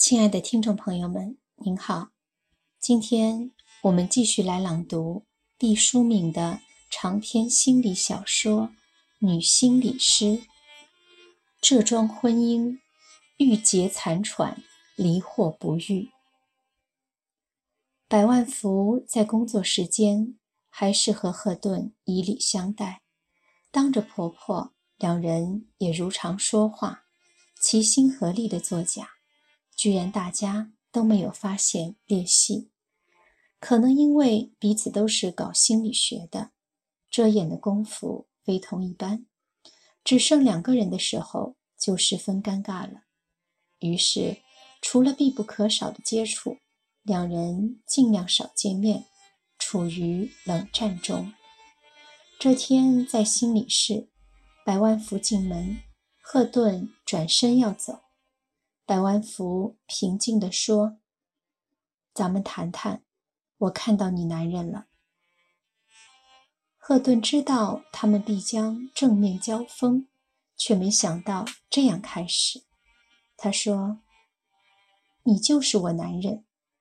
亲爱的听众朋友们，您好，今天我们继续来朗读毕淑敏的长篇心理小说《女心理师》。这桩婚姻郁结残喘，离祸不愈。百万福在工作时间还是和赫顿以礼相待，当着婆婆，两人也如常说话，齐心合力地作假，居然大家都没有发现裂隙。可能因为彼此都是搞心理学的，遮掩的功夫非同一般，只剩两个人的时候就十分尴尬了。于是除了必不可少的接触，两人尽量少见面，处于冷战中。这天在心理室，百万福进门，赫顿转身要走，百万福平静地说：咱们谈谈，我看到你男人了。赫顿知道他们必将正面交锋，却没想到这样开始。他说：你就是我男人。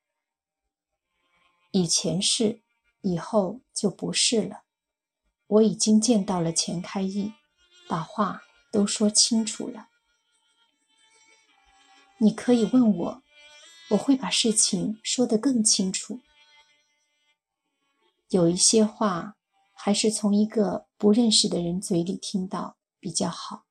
以前是，以后就不是了。我已经见到了钱开义，把话都说清楚了。你可以问我，我会把事情说得更清楚。有一些话还是从一个不认识的人嘴里听到比较好。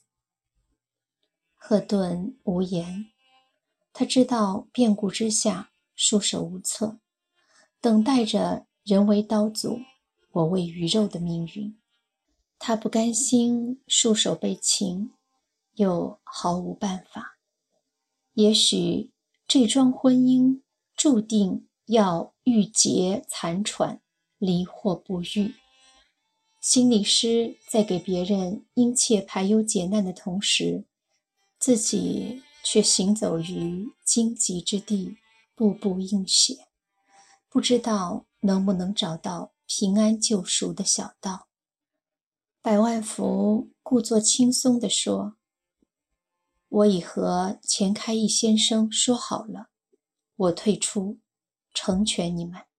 赫顿无言，他知道变故之下束手无策，等待着人为刀俎，我为鱼肉的命运。他不甘心束手被擒，又毫无办法。也许这桩婚姻注定要郁结残喘，离祸不愈。心理师在给别人殷切排忧解难的同时，自己却行走于荆棘之地，步步映血，不知道能不能找到平安救赎的小道。百万福故作轻松地说：我已和钱开义先生说好了，我退出，成全你们。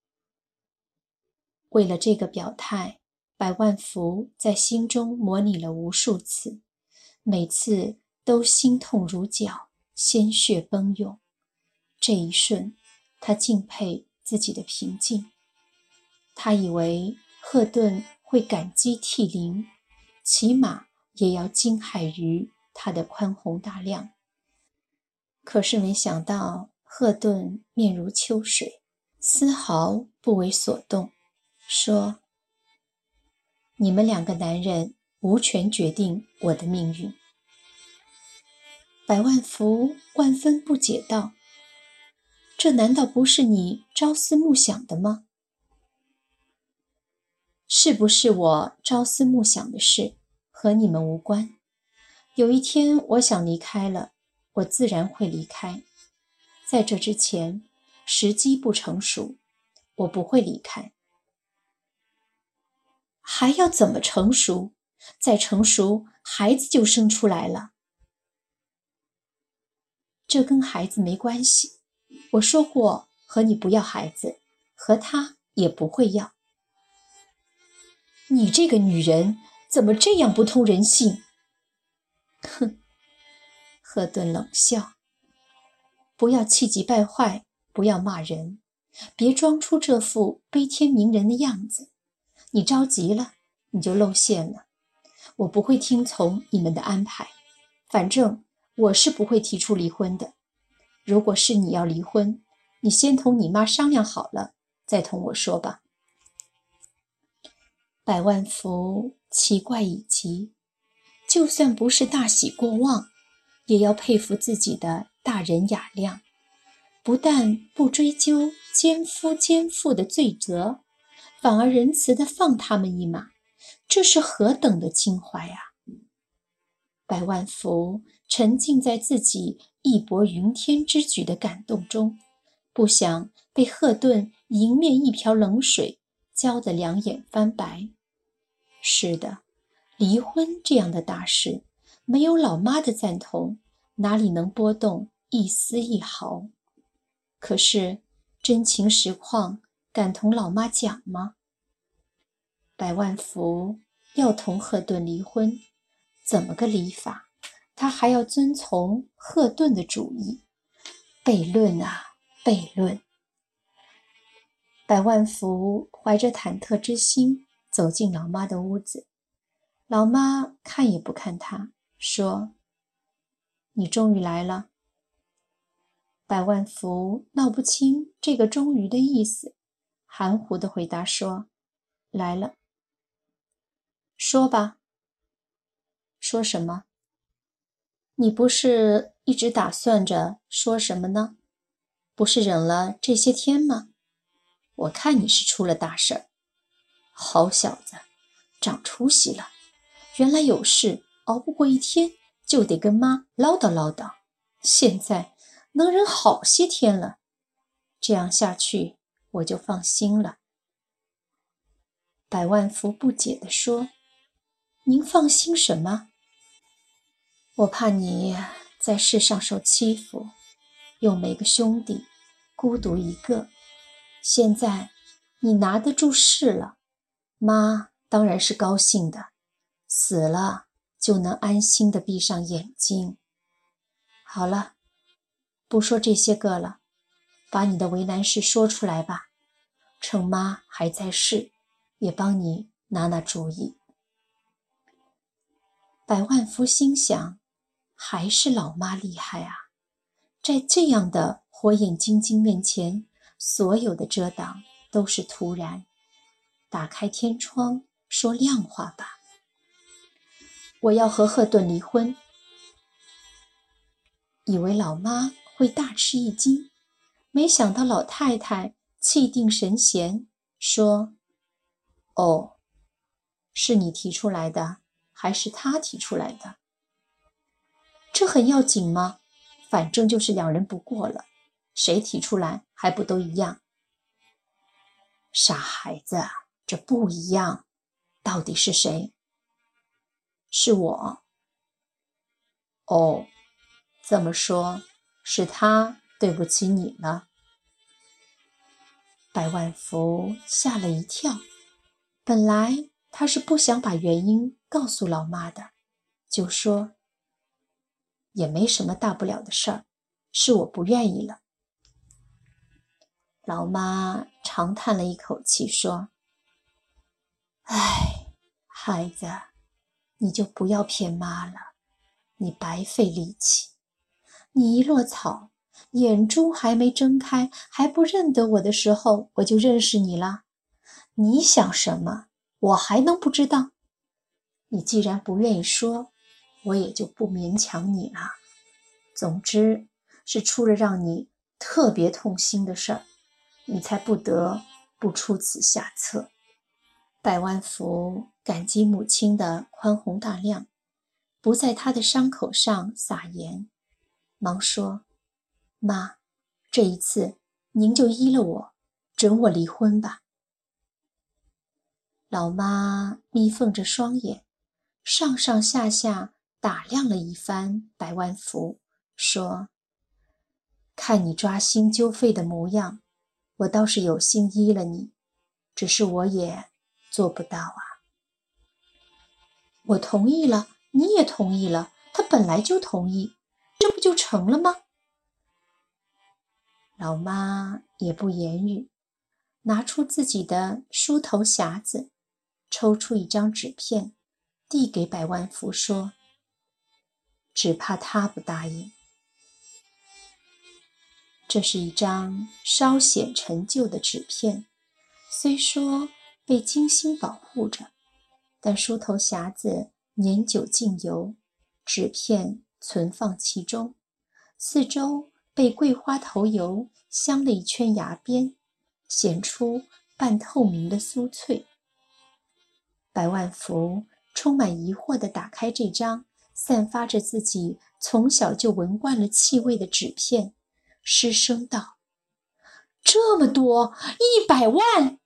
为了这个表态，百万福在心中模拟了无数次，每次都心痛如绞，鲜血奔涌。这一瞬，他敬佩自己的平静。他以为赫顿会感激涕零，起码也要惊骇于他的宽宏大量。可是没想到赫顿面如秋水，丝毫不为所动，说：你们两个男人无权决定我的命运。百万福万分不解道：这难道不是你朝思暮想的吗？是不是我朝思暮想的事，和你们无关。有一天我想离开了，我自然会离开。在这之前，时机不成熟，我不会离开。还要怎么成熟？再成熟，孩子就生出来了。这跟孩子没关系。我说过和你不要孩子，和他也不会要。你这个女人怎么这样不通人性？哼！赫顿冷笑。不要气急败坏，不要骂人，别装出这副悲天悯人的样子。你着急了，你就露馅了。我不会听从你们的安排，反正我是不会提出离婚的。如果是你要离婚，你先同你妈商量好了，再同我说吧。百万福奇怪已极，就算不是大喜过望，也要佩服自己的大人雅量，不但不追究奸夫奸妇的罪责，反而仁慈地放他们一马，这是何等的襟怀啊！百万福沉浸在自己义薄云天之举的感动中，不想被赫顿迎面一瓢冷水浇得两眼翻白。是的，离婚这样的大事，没有老妈的赞同，哪里能拨动一丝一毫。可是真情实况敢同老妈讲吗？百万福要同赫顿离婚，怎么个离法？他还要遵从赫顿的主意。悖论啊，悖论！百万福怀着忐忑之心走进老妈的屋子，老妈看也不看他，说：“你终于来了。”百万福闹不清这个终于的意思，含糊地回答说：“来了。”说吧。说什么？你不是一直打算着说什么呢？不是忍了这些天吗？我看你是出了大事儿。好小子，长出息了，原来有事熬不过一天就得跟妈唠叨唠叨，现在能忍好些天了，这样下去我就放心了。百万福不解地说：“您放心什么？”我怕你在世上受欺负，又没个兄弟，孤独一个。现在你拿得住势了，妈当然是高兴的，死了就能安心地闭上眼睛。好了，不说这些个了，把你的为难事说出来吧，趁妈还在世，也帮你拿拿主意。百万福心想，还是老妈厉害啊，在这样的火眼金睛面前，所有的遮挡都是突然。打开天窗，说亮话吧。我要和赫顿离婚。以为老妈会大吃一惊，没想到老太太气定神闲，说：“哦，是你提出来的，还是他提出来的？这很要紧吗？反正就是两人不过了，谁提出来还不都一样？”傻孩子，这不一样，到底是谁？是我。哦，这么说，是他对不起你了。百万福吓了一跳，本来他是不想把原因告诉老妈的，就说：“也没什么大不了的事儿，是我不愿意了。”老妈长叹了一口气，说：“唉，孩子，你就不要骗妈了，你白费力气。你一落草，眼珠还没睁开，还不认得我的时候，我就认识你了。你想什么，我还能不知道？你既然不愿意说，我也就不勉强你了。总之，是出了让你特别痛心的事儿，你才不得不出此下策。”百万福感激母亲的宽宏大量，不在他的伤口上撒盐，忙说：“妈，这一次您就依了我，准我离婚吧。”老妈眯缝着双眼，上上下下打量了一番百万福，说：“看你抓心揪肺的模样，我倒是有心依了你，只是我也做不到啊。”我同意了，你也同意了，他本来就同意，这不就成了吗？老妈也不言语，拿出自己的梳头匣子，抽出一张纸片，递给百万福说：“只怕他不答应。”这是一张稍显陈旧的纸片，虽说被精心保护着，但梳头匣子年久浸油，纸片存放其中，四周被桂花头油镶了一圈牙边，显出半透明的酥脆。百万福充满疑惑地打开这张散发着自己从小就闻惯了气味的纸片，失声道：“这么多，100万！”